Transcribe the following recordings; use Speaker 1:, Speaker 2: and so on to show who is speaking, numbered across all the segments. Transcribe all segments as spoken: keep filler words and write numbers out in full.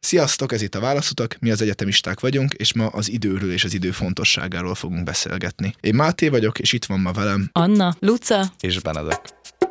Speaker 1: Sziasztok, ez itt a Válaszutak, mi az egyetemisták vagyunk, és ma az időről és az idő fontosságáról fogunk beszélgetni. Én Máté vagyok, és itt van ma velem
Speaker 2: Anna, Luca
Speaker 3: és Benedek.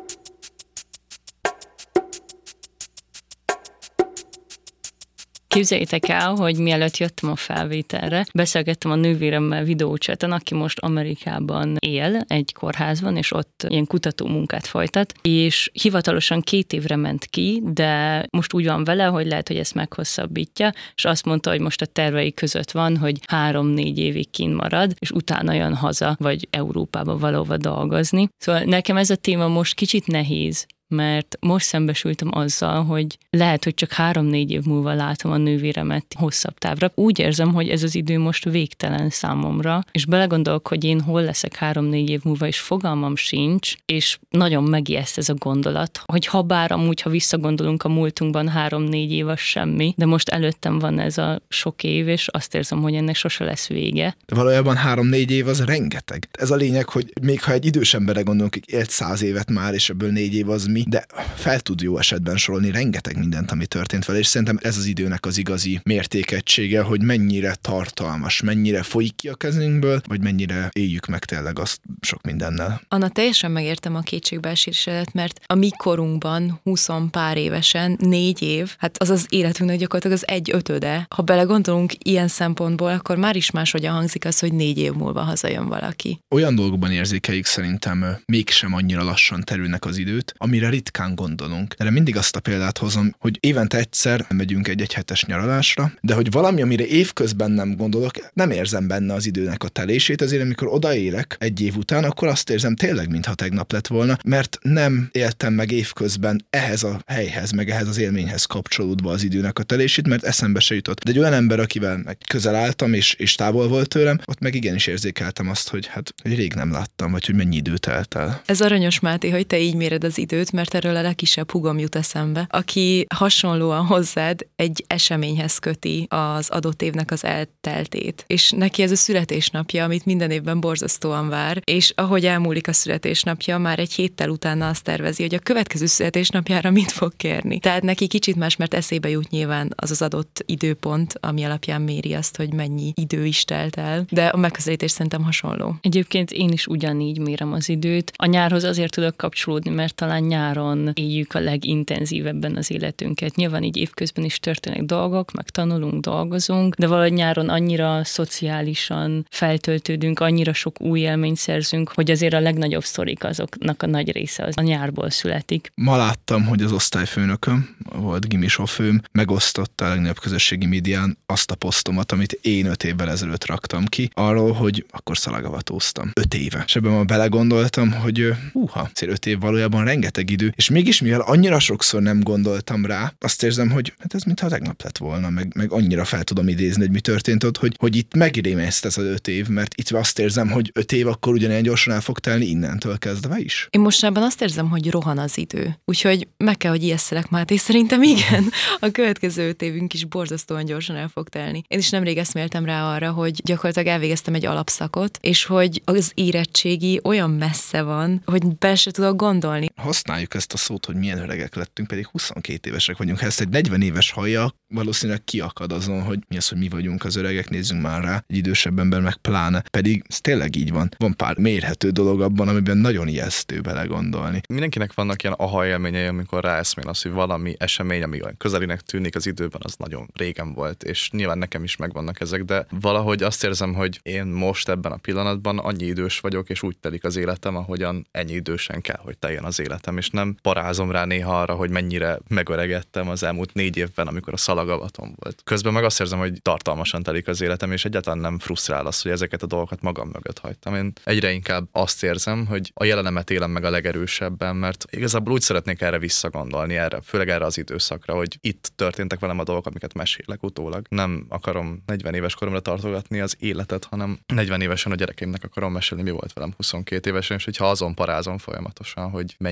Speaker 2: Képzeljétek el, hogy mielőtt jöttem a felvételre, beszélgettem a nővéremmel videócsaten, aki most Amerikában él, egy kórházban, és ott ilyen kutató munkát folytat, és hivatalosan két évre ment ki, de most úgy van vele, hogy lehet, hogy ezt meghosszabbítja, és azt mondta, hogy most a tervei között van, hogy három-négy évig kint marad, és utána jön haza, vagy Európába valahova dolgozni. Szóval nekem ez a téma most kicsit nehéz, mert most szembesültem azzal, hogy lehet, hogy csak három-négy év múlva látom a nővéremet hosszabb távra. Úgy érzem, hogy ez az idő most végtelen számomra, és belegondolok, hogy én hol leszek három-négy év múlva, és fogalmam sincs, és nagyon megijeszt ez a gondolat, hogy ha bár amúgy, ha visszagondolunk a múltunkban, három-négy év az semmi, de most előttem van ez a sok év, és azt érzem, hogy ennek sose lesz vége.
Speaker 1: De valójában három-négy év az rengeteg. Ez a lényeg, hogy még ha egy idős emberre gondolunk, hogy élt száz évet már, és ebből négy év az mi, de fel tud jó esetben sorolni rengeteg mindent, ami történt vele, és szerintem ez az időnek az igazi mértékegysége, hogy mennyire tartalmas, mennyire folyik ki a kezünkből, vagy mennyire éljük meg tényleg azt sok mindennel.
Speaker 4: Anna, teljesen megértem a kétségbeesésedet, mert a mi korunkban, huszon pár évesen, négy év, hát az az életünknek gyakorlatilag az egy ötöde. Ha belegondolunk ilyen szempontból, akkor már is máshogyan hangzik az, hogy négy év múlva hazajön valaki.
Speaker 1: Olyan dolgokban érzékeljük szerintem mégsem annyira lassan terülnek az időt, amire ritkán gondolunk. Erre mindig azt a példát hozom, hogy évente egyszer megyünk egy egyhetes nyaralásra, de hogy valami, amire évközben nem gondolok, nem érzem benne az időnek a telését, azért amikor odaérek egy év után, akkor azt érzem tényleg, mintha tegnap lett volna, mert nem éltem meg évközben ehhez a helyhez, meg ehhez az élményhez kapcsolódva az időnek a telését, mert eszembe se jutott. De egy olyan ember, akivel meg közel álltam, és, és távol volt tőlem, ott meg igenis érzékeltem azt, hogy hát hogy rég nem láttam, vagy hogy mennyi idő telt el.
Speaker 4: Ez aranyos, Máté, hogy te így méred az időt, mert erről a legkisebb húgom jut eszembe, aki hasonlóan hozzád egy eseményhez köti az adott évnek az elteltét. És neki ez a születésnapja, amit minden évben borzasztóan vár, és ahogy elmúlik a születésnapja, már egy héttel utána azt tervezi, hogy a következő születésnapjára mit fog kérni. Tehát neki kicsit más, mert eszébe jut nyilván az az adott időpont, ami alapján méri azt, hogy mennyi idő is telt el, de a megközelítés szerintem hasonló.
Speaker 2: Egyébként én is ugyanígy mérem az időt. A nyárhoz azért tudok kapcsolódni, mert talán nyáron éljük a legintenzívebben az életünket. Nyilván így évközben is történnek dolgok, meg tanulunk, dolgozunk, de valahogy nyáron annyira szociálisan feltöltődünk, annyira sok új élményt szerzünk, hogy azért a legnagyobb sztorik azoknak a nagy része az a nyárból születik.
Speaker 1: Ma láttam, hogy az osztályfőnököm, volt gimisofőm, megosztotta a legnagyobb közösségi médián azt a posztomat, amit én öt évvel ezelőtt raktam ki, arról, hogy akkor szalagavatóztam. Öt éve. És ebben ma belegondoltam, hogy húha, szél öt év valójában rengeteg idő, és mégis mivel annyira sokszor nem gondoltam rá, azt érzem, hogy hát ez mintha tegnap lett volna, meg, meg annyira fel tudom idézni, hogy mi történt ott, hogy, hogy itt megrémeszt ez az öt év, mert itt azt érzem, hogy öt év akkor ugyanilyen gyorsan el fog telni innentől kezdve is.
Speaker 4: Én mostanában azt érzem, hogy rohan az idő. Úgyhogy meg kell, hogy ijesszelek, Máté, szerintem igen. A következő öt évünk is borzasztóan gyorsan el fog telni. Én is nemrég eszméltem rá arra, hogy gyakorlatilag elvégeztem egy alapszakot, és hogy az érettségi olyan messze van, hogy be se tudok gondolni.
Speaker 1: Használjuk ezt a szót, hogy milyen öregek lettünk, pedig huszonkét évesek vagyunk. Ha ezt egy negyven éves hallja, valószínűleg kiakad azon, hogy mi az, hogy mi vagyunk az öregek, nézzünk már rá, egy idősebb ember meg pláne. Pedig ez tényleg így van. Van pár mérhető dolog abban, amiben nagyon ijesztő belegondolni.
Speaker 3: Mindenkinek vannak ilyen aha élményei, amikor ráeszmél az, hogy valami esemény, ami olyan közelinek tűnik az időben, az nagyon régen volt, és nyilván nekem is megvannak ezek, de valahogy azt érzem, hogy én most ebben a pillanatban annyi idős vagyok, és úgy telik az életem, ahogyan ennyi idősen kell, hogy teljen az életem, és nem parázom rá néha arra, hogy mennyire megöregedtem az elmúlt négy évben, amikor a szalagavatom volt. Közben meg azt érzem, hogy tartalmasan telik az életem, és egyáltalán nem frusztrál az, hogy ezeket a dolgokat magam mögött hagytam. Én egyre inkább azt érzem, hogy a jelenemet élem meg a legerősebben, mert igazából úgy szeretnék erre visszagondolni, erre, főleg erre az időszakra, hogy itt történtek velem a dolgok, amiket mesélek utólag. Nem akarom negyven éves koromra tartogatni az életet, hanem negyven évesen a gyerekeimnek akarom mesélni, mi volt velem huszonkét évesen, és hogyha azon parázom folyamatosan, hogy mennyi minden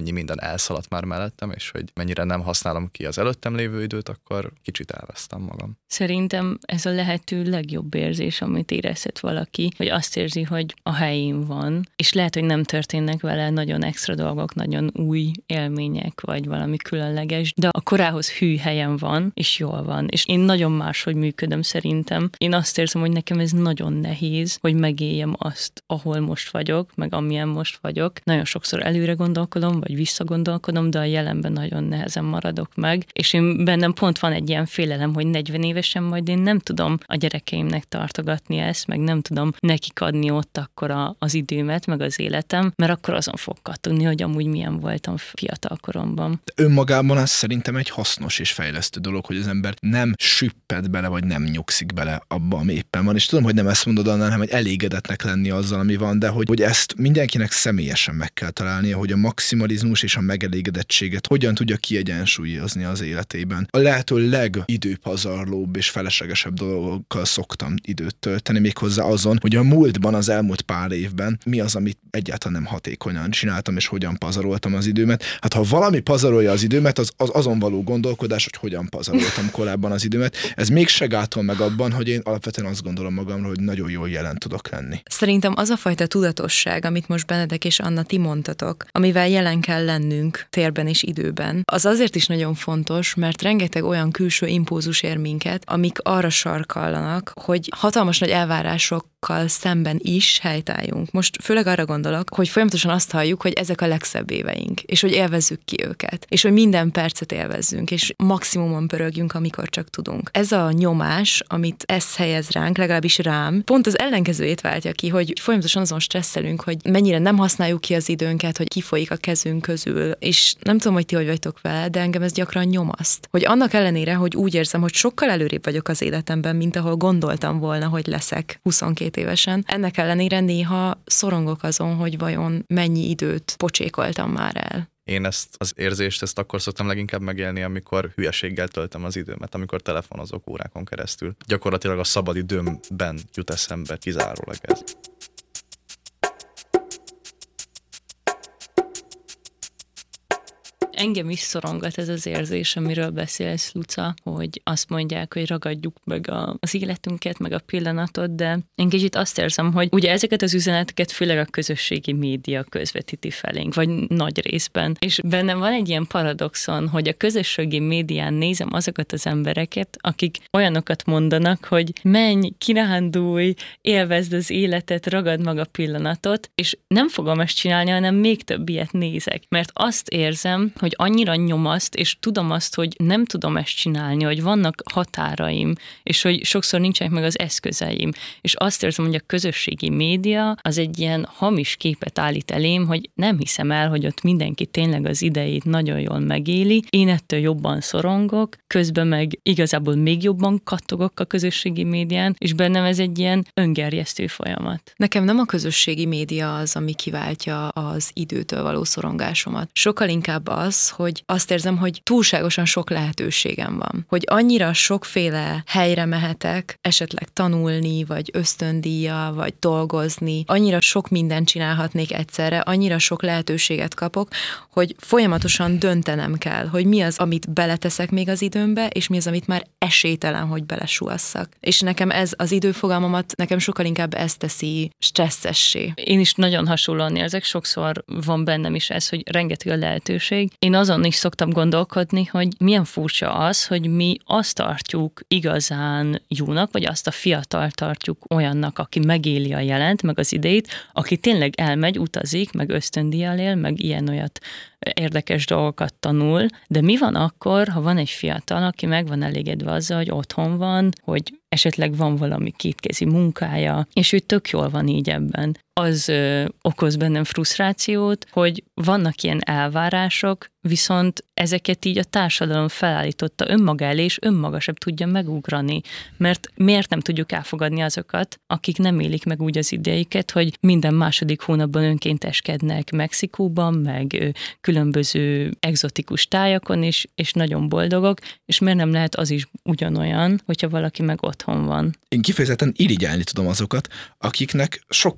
Speaker 3: elszaladt már mellettem, és hogy mennyire nem használom ki az előttem lévő időt, akkor kicsit elvesztem magam.
Speaker 2: Szerintem ez a lehető legjobb érzés, amit érezhet valaki, hogy azt érzi, hogy a helyén van, és lehet, hogy nem történnek vele nagyon extra dolgok, nagyon új élmények, vagy valami különleges, de a korához hű helyen van, és jól van. És én nagyon máshogy működöm szerintem. Én azt érzem, hogy nekem ez nagyon nehéz, hogy megéljem azt, ahol most vagyok, meg amilyen most vagyok. Nagyon sokszor előre gondolkodom, vagy visszagondolkodom, de a jelenben nagyon nehezen maradok meg. És én bennem pont van egy ilyen félelem, hogy negyven évesen majd én nem tudom a gyerekeimnek tartogatni ezt, meg nem tudom nekik adni ott akkor a, az időmet, meg az életem, mert akkor azon fog kattogni, hogy amúgy milyen voltam fiatal koromban.
Speaker 1: De önmagában az szerintem egy hasznos és fejlesztő dolog, hogy az ember nem süpped bele, vagy nem nyugszik bele abba, ami éppen van. És tudom, hogy nem ezt mondod annál, hanem hogy elégedetnek lenni azzal, ami van, de hogy, hogy ezt mindenkinek személyesen meg kell találnia, hogy a maximalizmus és a megelégedettséget hogyan tudja kiegyensúlyozni az életében. A lehető legidőpazarlóbb és feleslegesebb dolgokkal szoktam időt tölteni, méghozzá azon, hogy a múltban, az elmúlt pár évben mi az, amit egyáltalán nem hatékonyan csináltam, és hogyan pazaroltam az időmet. Hát ha valami pazarolja az időmet, az, az azon való gondolkodás, hogy hogyan pazaroltam korábban az időmet. Ez mégse gátol meg abban, hogy én alapvetően azt gondolom magamról, hogy nagyon jól jelen tudok lenni.
Speaker 4: Szerintem az a fajta tudatosság, amit most Benedek és Anna ti mondtatok, amivel jelen kell lennünk térben és időben, az azért is nagyon fontos, mert rengeteg olyan külső impulzus ér minket, amik arra sarkallanak, hogy hatalmas nagy elvárásokkal szemben is helytálljunk. Most főleg arra gondolok, hogy folyamatosan azt halljuk, hogy ezek a legszebb éveink, és hogy élvezzük ki őket, és hogy minden percet élvezzünk, és maximumon pörögjünk, amikor csak tudunk. Ez a nyomás, amit ez helyez ránk, legalábbis rám, pont az ellenkezőjét váltja ki, hogy folyamatosan azon stresszelünk, hogy mennyire nem használjuk ki az időnket, hogy kifolyik a kezünk közül, és nem tudom, hogy ti hogy vagytok vele, de engem ez gyakran nyomaszt. Hogy annak ellenére, hogy úgy érzem, hogy sokkal előrébb vagyok az életemben, mint ahol gondoltam volna, hogy leszek huszonkét évesen, ennek ellenére néha szorongok azon, hogy vajon mennyi időt pocsékoltam már el.
Speaker 3: Én ezt az érzést, ezt akkor szoktam leginkább megélni, amikor hülyeséggel töltöm az időmet, amikor telefonozok órákon keresztül. Gyakorlatilag a szabad időmben jut eszembe kizárólag ez.
Speaker 2: Engem is szorongat ez az érzés, amiről beszélsz, Luca, hogy azt mondják, hogy ragadjuk meg a, az életünket, meg a pillanatot, de én kicsit azt érzem, hogy ugye ezeket az üzeneteket főleg a közösségi média közvetíti felénk, vagy nagy részben. És bennem van egy ilyen paradoxon, hogy a közösségi médián nézem azokat az embereket, akik olyanokat mondanak, hogy menj, kirándulj, élvezd az életet, ragad meg a pillanatot, és nem fogom ezt csinálni, hanem még több ilyet nézek. Mert azt érzem, hogy annyira nyomaszt, és tudom azt, hogy nem tudom ezt csinálni, hogy vannak határaim, és hogy sokszor nincsenek meg az eszközeim. És azt érzem, hogy a közösségi média az egy ilyen hamis képet állít elém, hogy nem hiszem el, hogy ott mindenki tényleg az idejét nagyon jól megéli. Én ettől jobban szorongok, közben meg igazából még jobban kattogok a közösségi médián, és bennem ez egy ilyen öngerjesztő folyamat.
Speaker 4: Nekem nem a közösségi média az, ami kiváltja az időtől való szorongásomat. Sokkal inkább az, hogy azt érzem, hogy túlságosan sok lehetőségem van. Hogy annyira sokféle helyre mehetek, esetleg tanulni, vagy ösztöndíjjal, vagy dolgozni, annyira sok mindent csinálhatnék egyszerre, annyira sok lehetőséget kapok, hogy folyamatosan döntenem kell, hogy mi az, amit beleteszek még az időmbe, és mi az, amit már esélytelen, hogy belesúasszak. És nekem ez az időfogalmamat, nekem sokkal inkább ez teszi stresszessé.
Speaker 2: Én is nagyon hasonlóan érzek, sokszor van bennem is ez, hogy rengeteg a lehetőség. Én azon is szoktam gondolkodni, hogy milyen furcsa az, hogy mi azt tartjuk igazán jónak, vagy azt a fiatal tartjuk olyannak, aki megéli a jelent, meg az idejét, aki tényleg elmegy, utazik, meg ösztöndíjjal él, meg ilyen-olyat érdekes dolgokat tanul, de mi van akkor, ha van egy fiatal, aki meg van elégedve azzal, hogy otthon van, hogy esetleg van valami kétkezi munkája, és ő tök jól van így ebben. Az ö, okoz bennem frusztrációt, hogy vannak ilyen elvárások, viszont ezeket így a társadalom felállította önmaga elé, és önmaga sem tudja megugrani. Mert miért nem tudjuk elfogadni azokat, akik nem élik meg úgy az idejüket, hogy minden második hónapban önkénteskednek Mexikóban, meg ö, különböző egzotikus tájakon is, és nagyon boldogok, és miért nem lehet az is ugyanolyan, hogyha valaki meg otthon van.
Speaker 1: Én kifejezetten irigyelni tudom azokat, akiknek sokkal kevesebb,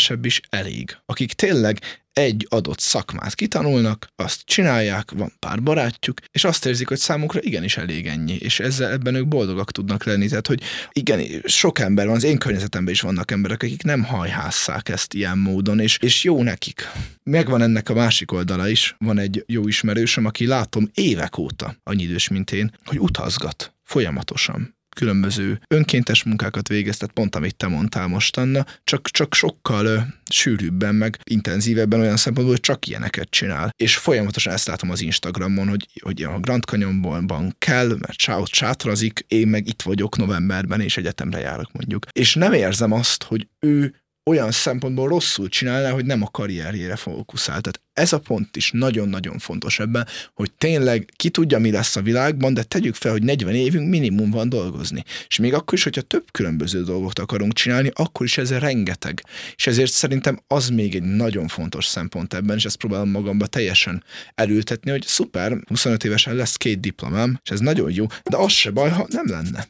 Speaker 1: kevesebb is elég. Akik tényleg egy adott szakmát kitanulnak, azt csinálják, van pár barátjuk, és azt érzik, hogy számukra igenis elég ennyi, és ezzel ebben ők boldogak tudnak lenni. Tehát, hogy igen, sok ember van, az én környezetemben is vannak emberek, akik nem hajhásszák ezt ilyen módon, és, és jó nekik. Megvan ennek a másik oldala is, van egy jó ismerősöm, aki látom évek óta, annyi idős, mint én, hogy utazgat folyamatosan. Különböző önkéntes munkákat végeztet, pont amit te mondtál most, Anna, csak, csak sokkal ö, sűrűbben, meg intenzívebben olyan szempontból, hogy csak ilyeneket csinál. És folyamatosan ezt látom az Instagramon, hogy, hogy a Grand Canyonban kell, mert csáot sátrazik, én meg itt vagyok novemberben, és egyetemre járok mondjuk. És nem érzem azt, hogy ő olyan szempontból rosszul csinálná, hogy nem a karrierjére fókuszál. Tehát ez a pont is nagyon-nagyon fontos ebben, hogy tényleg ki tudja, mi lesz a világban, de tegyük fel, hogy negyven évünk minimum van dolgozni. És még akkor is, hogyha több különböző dolgot akarunk csinálni, akkor is ez rengeteg. És ezért szerintem az még egy nagyon fontos szempont ebben, és ezt próbálom magamba teljesen elültetni, hogy szuper, huszonöt évesen lesz két diplomám, és ez nagyon jó, de az se baj, ha nem lenne.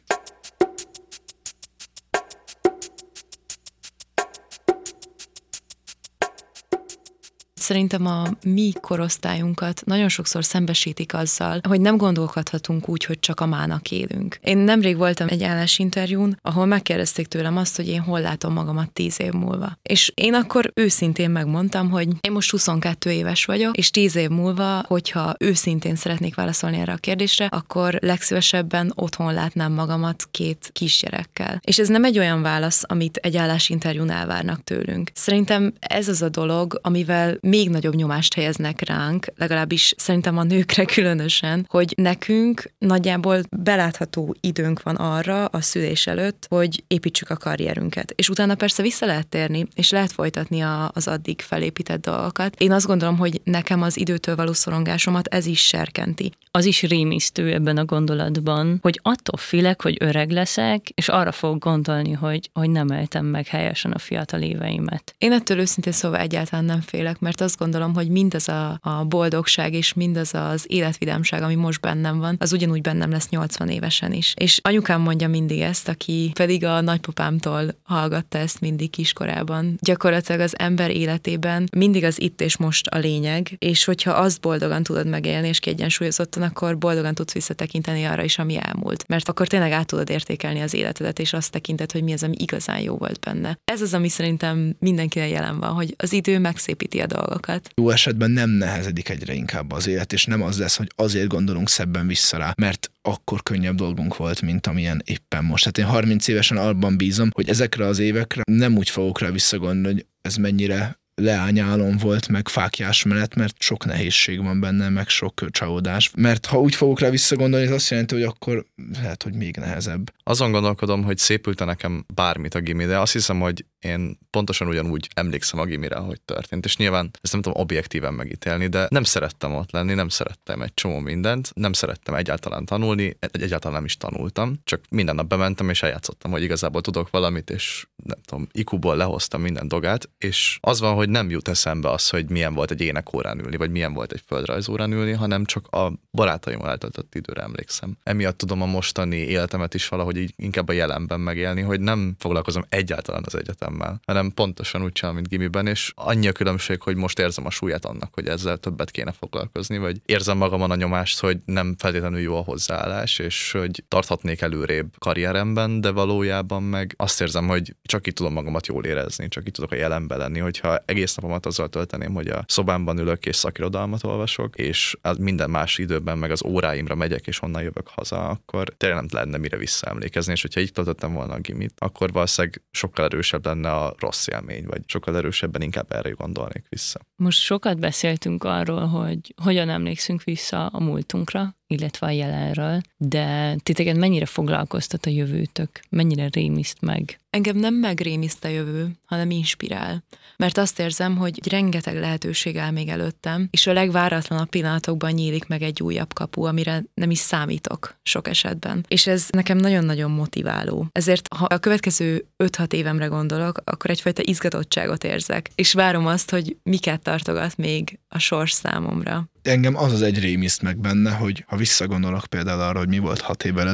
Speaker 4: Szerintem a mi korosztályunkat nagyon sokszor szembesítik azzal, hogy nem gondolkodhatunk úgy, hogy csak a mának élünk. Én nemrég voltam egy állásinterjún, ahol megkérdezték tőlem azt, hogy én hol látom magamat tíz év múlva. És én akkor őszintén megmondtam, hogy én most huszonkettő éves vagyok, és tíz év múlva, hogyha őszintén szeretnék válaszolni erre a kérdésre, akkor legszívesebben otthon látnám magamat két kisgyerekkel. És ez nem egy olyan válasz, amit egy állásinterjún elvárnak tőlünk. Szerintem ez az a dolog, amivel még nagyobb nyomást helyeznek ránk, legalábbis szerintem a nőkre különösen, hogy nekünk nagyjából belátható időnk van arra a szülés előtt, hogy építsük a karrierünket. És utána persze vissza lehet térni, és lehet folytatni a, az addig felépített dolgokat. Én azt gondolom, hogy nekem az időtől való szorongásomat ez is serkenti.
Speaker 2: Az is rémisztő ebben a gondolatban, hogy attól félek, hogy öreg leszek, és arra fogok gondolni, hogy, hogy nem éltem meg helyesen a fiatal éveimet.
Speaker 4: Én ettől őszintén szóval egyáltalán nem félek, mert azt gondolom, hogy mindaz a, a boldogság és mindaz az életvidámság, ami most bennem van, az ugyanúgy bennem lesz nyolcvan évesen is. És anyukám mondja mindig ezt, aki pedig a nagypapámtól hallgatta ezt mindig kiskorában. Gyakorlatilag az ember életében mindig az itt és most a lényeg, és hogyha azt boldogan tudod megélni és kiegyensúlyozottan, akkor boldogan tudsz visszatekinteni arra is, ami elmúlt. Mert akkor tényleg át tudod értékelni az életedet, és azt tekinted, hogy mi az, ami igazán jó volt benne. Ez az, ami szerintem mindenkinek jelen van, hogy az idő megszépíti a dolgokat.
Speaker 1: Jó esetben nem nehezedik egyre inkább az élet, és nem az lesz, hogy azért gondolunk szebben vissza rá, mert akkor könnyebb dolgunk volt, mint amilyen éppen most. Hát én harminc évesen abban bízom, hogy ezekre az évekre nem úgy fogok rá visszagondolni, hogy ez mennyire leányálom volt, meg fáklyás menet, mert sok nehézség van benne, meg sok csalódás. Mert ha úgy fogok rá visszagondolni, ez azt jelenti, hogy akkor lehet, hogy még nehezebb.
Speaker 3: Azon gondolkodom, hogy szépült nekem bármit a gimi, de azt hiszem, hogy én pontosan ugyanúgy emlékszem a gimire, ahogy történt. És nyilván ezt nem tudom objektíven megítélni, de nem szerettem ott lenni, nem szerettem egy csomó mindent, nem szerettem egyáltalán tanulni, egyáltalán nem is tanultam, csak minden nap bementem és eljátszottam, hogy igazából tudok valamit, és nem tudom, i kú-ból lehoztam minden dolgát, és az van, hogy nem jut eszembe az, hogy milyen volt egy énekórán ülni, vagy milyen volt egy földrajzórán ülni, hanem csak a barátaimmal eltöltött időre emlékszem. Emiatt tudom a mostani életemet is valahogy így inkább a jelenben megélni, hogy nem foglalkozom egyáltalán az egyetemmel, hanem pontosan úgy csinálom, mint gimiben, és annyi a különbség, hogy most érzem a súlyát annak, hogy ezzel többet kéne foglalkozni, vagy érzem magamon a nyomást, hogy nem feltétlenül jó a hozzáállás, és hogy tarthatnék előrébb karrieremben, de valójában meg azt érzem, hogy csak itt tudom magamat jól érezni, csak itt tudok a jelenben lenni, hogyha egész napomat azzal tölteném, hogy a szobámban ülök és szakirodalmat olvasok, és az minden más időben meg az óráimra megyek, és onnan jövök haza, akkor tényleg nem lenne mire visszaemlékezni, és hogyha így töltöttem volna a gimit, akkor valószínűleg sokkal erősebb lenne a rossz élmény, vagy sokkal erősebben inkább erre gondolnék vissza.
Speaker 2: Most sokat beszéltünk arról, hogy hogyan emlékszünk vissza a múltunkra, illetve a jelenről, de titeket mennyire foglalkoztat a jövőtök? Mennyire rémiszt meg?
Speaker 4: Engem nem megrémiszt a jövő, hanem inspirál. Mert azt érzem, hogy rengeteg lehetőség áll még előttem, és a legváratlanabb pillanatokban nyílik meg egy újabb kapu, amire nem is számítok sok esetben. És ez nekem nagyon-nagyon motiváló. Ezért, ha a következő öt-hat évemre gondolok, akkor egyfajta izgatottságot érzek, és várom azt, hogy miket tartogat még a sors számomra.
Speaker 1: Engem az az egy rémiszt meg benne, hogy ha visszagondolok például arra, hogy mi volt hat évvel ezelőtt,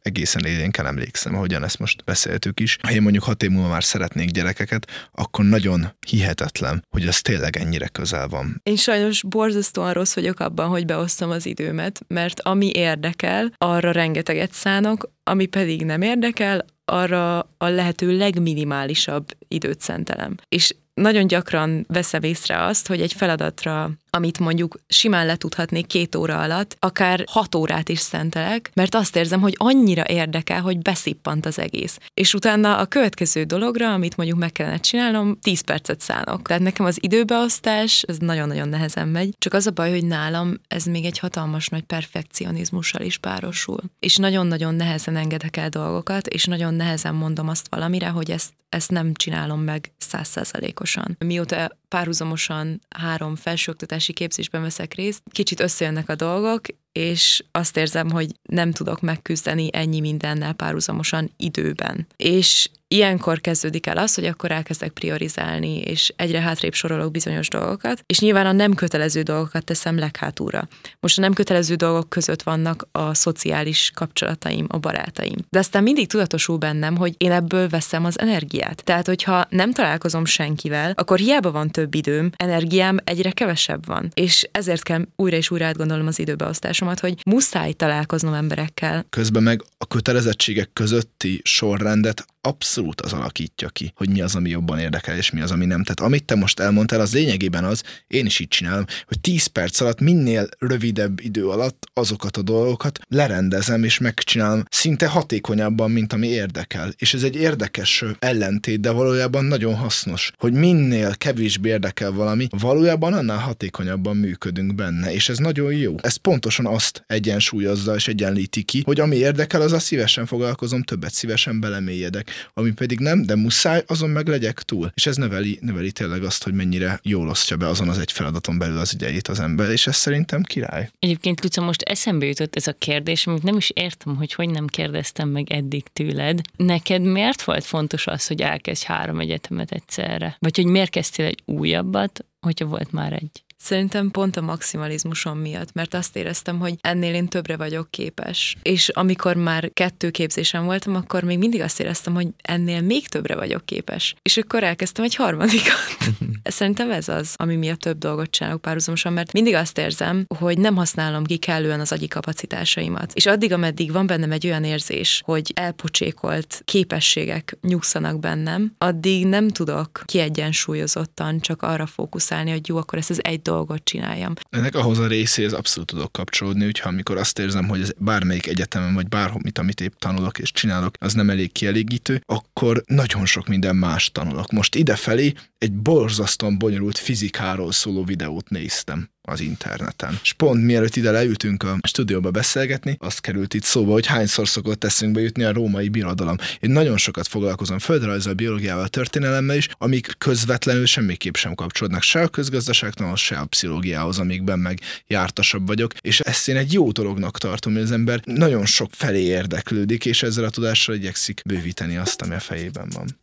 Speaker 1: egészen élénken emlékszem, ahogyan ezt most beszéltük is. Ha én mondjuk hat év múlva már szeretnék gyerekeket, akkor nagyon hihetetlen, hogy az tényleg ennyire közel van.
Speaker 4: Én sajnos borzasztóan rossz vagyok abban, hogy beosztom az időmet, mert ami érdekel, arra rengeteget szánok, ami pedig nem érdekel, arra a lehető legminimálisabb időt szentelem. És nagyon gyakran veszem észre azt, hogy egy feladatra, amit mondjuk simán letudhatnék két óra alatt, akár hat órát is szentelek, mert azt érzem, hogy annyira érdekel, hogy beszippant az egész. És utána a következő dologra, amit mondjuk meg kellene csinálnom, tíz percet szánok. Tehát nekem az időbeosztás, ez nagyon-nagyon nehezen megy. Csak az a baj, hogy nálam ez még egy hatalmas nagy perfekcionizmussal is párosul. És nagyon-nagyon nehezen engedek el dolgokat, és nagyon nehezen mondom azt valamire, hogy ezt, ezt nem csinálom meg száz százalékosan. Mióta párhuzamosan három felsőoktatási képzésben veszek részt, kicsit összejönnek a dolgok, és azt érzem, hogy nem tudok megküzdeni ennyi mindennel párhuzamosan időben. És ilyenkor kezdődik el az, hogy akkor elkezdek priorizálni, és egyre hátrébb sorolok bizonyos dolgokat, és nyilván a nem kötelező dolgokat teszem leghátulra. Most a nem kötelező dolgok között vannak a szociális kapcsolataim, a barátaim. De aztán mindig tudatosul bennem, hogy én ebből veszem az energiát. Tehát, hogyha nem találkozom senkivel, akkor hiába van több időm, energiám egyre kevesebb van. És ezért kell újra és újra átgondolnom az időbeosztásomat, hogy muszáj találkoznom emberekkel.
Speaker 1: Közben meg a kötelezettségek közötti sorrendet abszolút az alakítja ki, hogy mi az, ami jobban érdekel, és mi az, ami nem. Tehát amit te most elmondtál, az lényegében az, én is így csinálom, hogy tíz perc alatt, minél rövidebb idő alatt azokat a dolgokat lerendezem, és megcsinálom szinte hatékonyabban, mint ami érdekel. És ez egy érdekes ellentét, de valójában nagyon hasznos, hogy minél kevésbé érdekel valami, valójában annál hatékonyabban működünk benne, és ez nagyon jó. Ez pontosan azt egyensúlyozza és egyenlíti ki, hogy ami érdekel, az a szívesen foglalkozom, többet szívesen belemélyedek. Ami pedig nem, de muszáj, azon meg legyek túl. És ez növeli, növeli tényleg azt, hogy mennyire jól osztja be azon az egy feladaton belül az idejét az ember, és ez szerintem király.
Speaker 2: Egyébként, Luca, most eszembe jutott ez a kérdés, amit nem is értem, hogy hogy nem kérdeztem meg eddig tőled. Neked miért volt fontos az, hogy elkezdj három egyetemet egyszerre? Vagy hogy miért kezdtél egy újabbat, hogyha volt már egy?
Speaker 4: Szerintem pont a maximalizmusom miatt, mert azt éreztem, hogy ennél én többre vagyok képes. És amikor már kettő képzésen voltam, akkor még mindig azt éreztem, hogy ennél még többre vagyok képes. És akkor elkezdtem egy harmadikat. Szerintem ez az, ami miatt több dolgot csinálok párhuzamosan, mert mindig azt érzem, hogy nem használom ki kellően az agyi kapacitásaimat. És addig, ameddig van bennem egy olyan érzés, hogy elpocsékolt képességek nyugszanak bennem, addig nem tudok kiegyensúlyozottan csak arra fókuszálni, hogy jó, akkor ezt az egy dolgot csináljam.
Speaker 1: Ennek ahhoz a részéhez abszolút tudok kapcsolódni, hogyha amikor azt érzem, hogy ez bármelyik egyetemen, vagy bármit, amit épp tanulok és csinálok, az nem elég kielégítő, akkor nagyon sok minden más tanulok. Most idefelé egy borzasztóan bonyolult fizikáról szóló videót néztem az interneten. És pont mielőtt ide leültünk a stúdióba beszélgetni, azt került itt szóba, hogy hányszor szokott eszünkbe jutni a római birodalom. Én nagyon sokat foglalkozom földrajzzal, biológiával, történelemmel is, amik közvetlenül semmiképp sem kapcsolódnak se a közgazdaságtanhoz, se a pszichológiához, amikben meg jártasabb vagyok. És ezt én egy jó dolognak tartom, hogy az ember nagyon sok felé érdeklődik, és ezzel a tudással igyekszik bővíteni azt, ami a fejében van.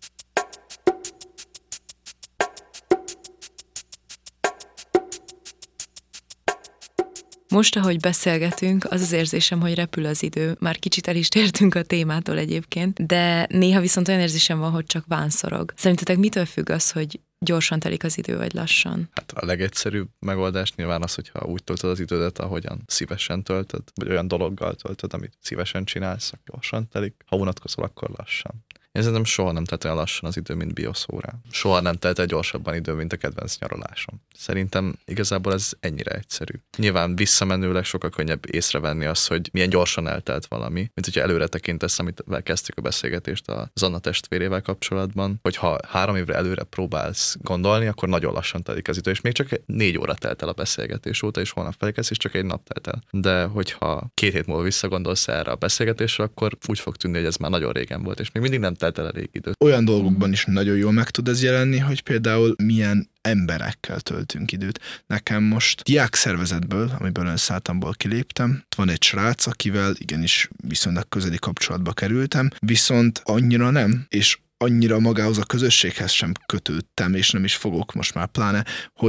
Speaker 4: Most, ahogy beszélgetünk, az az érzésem, hogy repül az idő. Már kicsit el is tértünk a témától egyébként, de néha viszont olyan érzésem van, hogy csak vánszorog. Szerintetek mitől függ az, hogy gyorsan telik az idő, vagy lassan?
Speaker 3: Hát a legegyszerűbb megoldás nyilván az, hogyha úgy töltöd az idődet, ahogyan szívesen töltöd, vagy olyan dologgal töltöd, amit szívesen csinálsz, gyorsan telik. Ha unatkozol, akkor lassan. Én szerintem soha nem telt olyan lassan az idő, mint bioszórán. Soha nem telt el gyorsabban idő, mint a kedvenc nyaralásom. Szerintem igazából ez ennyire egyszerű. Nyilván visszamenőleg sokkal könnyebb észrevenni azt, hogy milyen gyorsan eltelt valami, mint hogyha előre tekintesz, amit kezdtük a beszélgetést az Anna testvérével kapcsolatban, hogy ha három évre előre próbálsz gondolni, akkor nagyon lassan telik az idő, és még csak négy óra telt el a beszélgetés óta, és holnap felkelsz, és csak egy nap telt el. De hogyha két hét múlva visszagondolsz erre a beszélgetésre, akkor úgy fog tűnni, hogy ez már nagyon régen volt, és még mindig nem telt el elég időt.
Speaker 1: Olyan dolgokban is nagyon jól meg tud ez jelenni, hogy például milyen emberekkel töltünk időt. Nekem most diákszervezetből, amiből önszálltamból kiléptem, van egy srác, akivel igenis viszonylag közeli kapcsolatba kerültem, viszont annyira nem, és annyira magához a közösséghez sem kötődtem, és nem is fogok most már pláne, hogy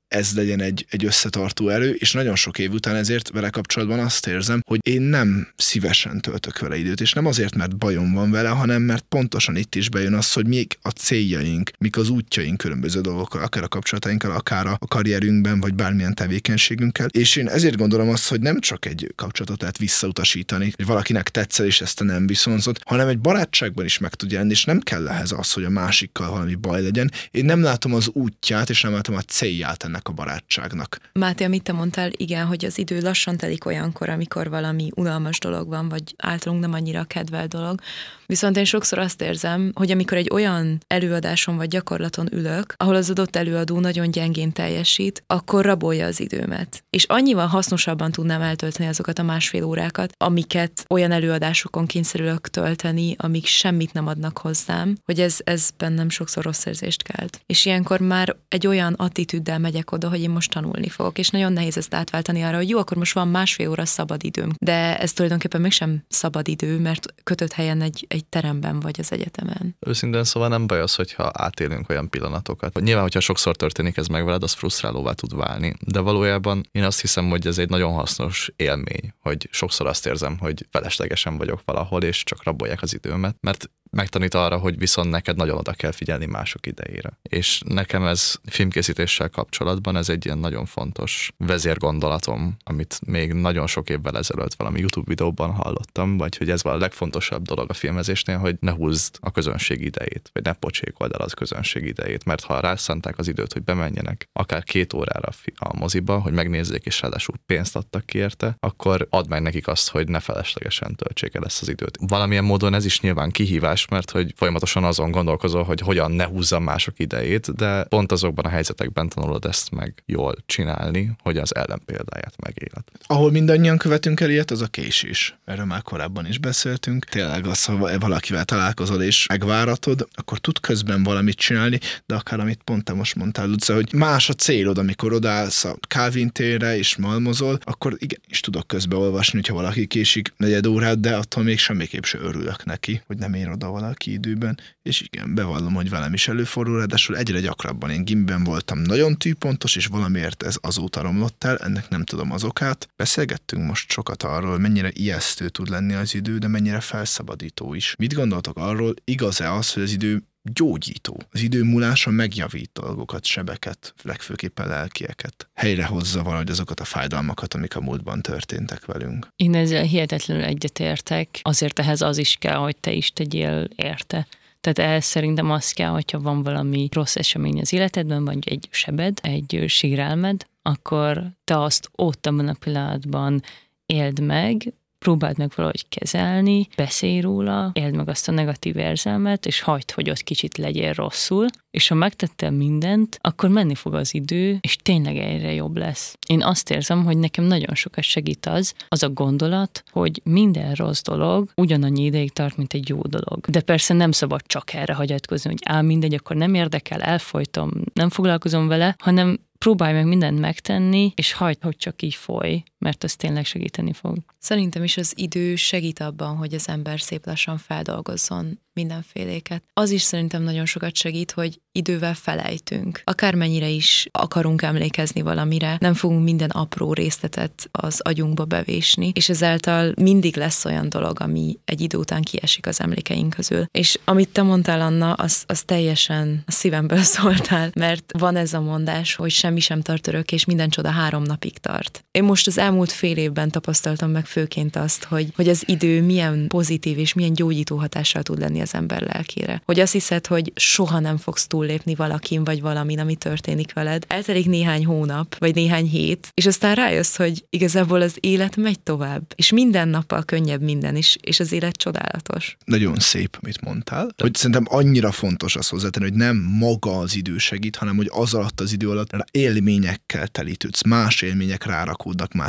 Speaker 1: ez legyen egy, egy összetartó erő, és nagyon sok év után ezért vele kapcsolatban azt érzem, hogy én nem szívesen töltök vele időt, és nem azért, mert bajom van vele, hanem mert pontosan itt is bejön az, hogy mik a céljaink, mik az útjaink különböző dolgokkal, akár a kapcsolatainkkal, akár a karrierünkben, vagy bármilyen tevékenységünkkel. És én ezért gondolom azt, hogy nem csak egy kapcsolatot lehet visszautasítani, hogy valakinek tetszel, és ezt nem viszonzott, hanem egy barátságban is meg tud jelenni, és nem kell ehhez az, hogy a másikkal valami baj legyen. Én nem látom az útját, és nem látom a célját ennek a barátságnak.
Speaker 4: Máté, amit te mondtál, igen, hogy az idő lassan telik olyankor, amikor valami unalmas dolog van, vagy általunk nem annyira kedvelt dolog. Viszont én sokszor azt érzem, hogy amikor egy olyan előadáson vagy gyakorlaton ülök, ahol az adott előadó nagyon gyengén teljesít, akkor rabolja az időmet. És annyival hasznosabban tudnám eltölteni azokat a másfél órákat, amiket olyan előadásokon kényszerülök tölteni, amik semmit nem adnak hozzám, hogy ez, ez bennem sokszor rossz érzést kelt. És ilyenkor már egy olyan attitűddel megyek oda, hogy én most tanulni fogok, és nagyon nehéz ezt átváltani arra, hogy jó, akkor most van másfél óra szabad időm. De ez tulajdonképpen mégsem szabad idő, mert kötött helyen egy, egy teremben vagy az egyetemen.
Speaker 3: Őszintén szóval nem baj az, hogyha átélünk olyan pillanatokat. Nyilván, hogyha sokszor történik ez meg veled, az frusztrálóvá tud válni. De valójában én azt hiszem, hogy ez egy nagyon hasznos élmény, hogy sokszor azt érzem, hogy feleslegesen vagyok valahol, és csak rabolják az időmet, mert megtanít arra, hogy viszont neked nagyon oda kell figyelni mások idejére. És nekem ez filmkészítéssel kapcsolatban ez egy ilyen nagyon fontos vezérgondolatom, amit még nagyon sok évvel ezelőtt valami YouTube videóban hallottam, vagy hogy ez a legfontosabb dolog a filmezésnél, hogy ne húzd a közönség idejét, vagy ne pocsékold el az közönség idejét, mert ha rászánták az időt, hogy bemenjenek akár két órára a moziba, hogy megnézzék és ráadásul pénzt adtak ki érte, akkor add meg nekik azt, hogy ne feleslegesen töltsék el ezt az időt. Valamilyen módon ez is nyilván kihívás, mert hogy folyamatosan azon gondolkozol, hogy hogyan ne húzzam mások idejét, de pont azokban a helyzetekben tanulod ezt meg jól csinálni, hogy az ellenpéldáját megéled.
Speaker 1: Ahol mindannyian követünk el ilyet, az a késés. Erről már korábban is beszéltünk. Tényleg az, ha valakivel találkozol és megváratod, akkor tud közben valamit csinálni, de akár amit pont te most mondtál, Luca, hogy más a célod, amikor odaállsz a Calvin térre és malmozol, akkor igen, is tudok közben olvasni, hogyha valaki késik negyed órát, de attól még semmiképp se örülök neki, hogy nem ér oda valaki időben, és igen, bevallom, hogy velem is előfordul, ráadásul egyre gyakrabban. Én gimben voltam nagyon tűpontos, és valamiért ez azóta romlott el, ennek nem tudom az okát. Beszélgettünk most sokat arról, mennyire ijesztő tud lenni az idő, de mennyire felszabadító is. Mit gondoltok arról, igaz-e az, hogy az idő gyógyító? Az idő múlása megjavít dolgokat, sebeket, legfőképpen lelkieket. Helyrehozza valahogy azokat a fájdalmakat, amik a múltban történtek velünk.
Speaker 2: Én ezzel hihetetlenül egyetértek, azért ehhez az is kell, hogy te is tegyél érte. Tehát ehhez szerintem az kell, hogyha van valami rossz esemény az életedben, vagy egy sebed, egy sérelmed, akkor te azt ott abban a pillanatban éld meg, próbáld meg valahogy kezelni, beszélj róla, éld meg azt a negatív érzelmet, és hagyd, hogy ott kicsit legyél rosszul, és ha megtettél mindent, akkor menni fog az idő, és tényleg egyre jobb lesz. Én azt érzem, hogy nekem nagyon sokat segít az, az a gondolat, hogy minden rossz dolog ugyanannyi ideig tart, mint egy jó dolog. De persze nem szabad csak erre hagyatkozni, hogy á, mindegy, akkor nem érdekel, elfolytom, nem foglalkozom vele, hanem próbálj meg mindent megtenni, és hagyd, hogy csak így folyj, mert az tényleg segíteni fog.
Speaker 4: Szerintem is az idő segít abban, hogy az ember szép lassan feldolgozzon mindenféléket. Az is szerintem nagyon sokat segít, hogy idővel felejtünk. Akármennyire is akarunk emlékezni valamire, nem fogunk minden apró részletet az agyunkba bevésni, és ezáltal mindig lesz olyan dolog, ami egy idő után kiesik az emlékeink közül. És amit te mondtál, Anna, az, az teljesen a szívemből szóltál, mert van ez a mondás, hogy semmi sem tart örök, és minden csoda három napig tart. Én most az elmúlt fél évben tapasztaltam meg főként azt, hogy, hogy az idő milyen pozitív és milyen gyógyító hatással tud lenni az ember lelkére. Hogy azt hiszed, hogy soha nem fogsz túllépni valakin vagy valamin, ami történik veled. Eltelik néhány hónap, vagy néhány hét, és aztán rájössz, hogy igazából az élet megy tovább. És minden nappal könnyebb minden is, és az élet csodálatos.
Speaker 1: Nagyon szép, amit mondtál. Hogy szerintem annyira fontos azt hozzátenni, hogy nem maga az idő segít, hanem hogy az alatt az idő alatt élményekkel telítődsz. Más élmények rárakódnak, más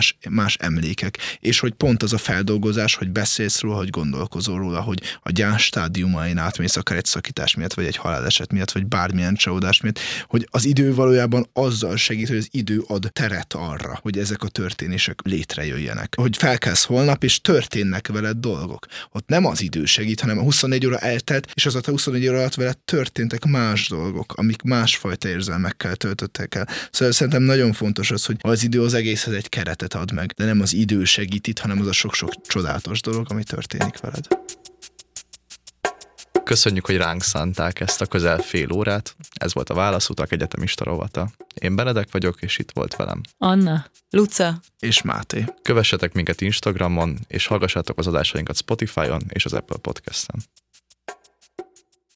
Speaker 1: más, más emlékek, és hogy pont az a feldolgozás, hogy beszélsz róla, hogy gondolkozol róla, hogy a gyász stádiumain átmész akár egy szakítás miatt, vagy egy haláleset miatt, vagy bármilyen csalódás miatt, hogy az idő valójában azzal segít, hogy az idő ad teret arra, hogy ezek a történések létrejöjjenek. Hogy felkelsz holnap, és történnek veled dolgok. Ott nem az idő segít, hanem a huszonnégy óra eltelt, és az a huszonnégy óra alatt veled történtek más dolgok, amik másfajta érzelmekkel töltöttek el. Szóval szerintem nagyon fontos az, hogy az idő az egészhez egy keretet ad meg, de nem az idő segít itt, hanem az a sok-sok csodálatos dolog, ami történik veled.
Speaker 3: Köszönjük, hogy ránk szánták ezt a közel fél órát. Ez volt a Válaszutak egyetemista rovata. Én Benedek vagyok, és itt volt velem
Speaker 2: Anna,
Speaker 4: Luca
Speaker 1: És Máté.
Speaker 3: Kövessetek minket Instagramon, és hallgassátok az adásainkat Spotify-on és az Apple Podcast-en.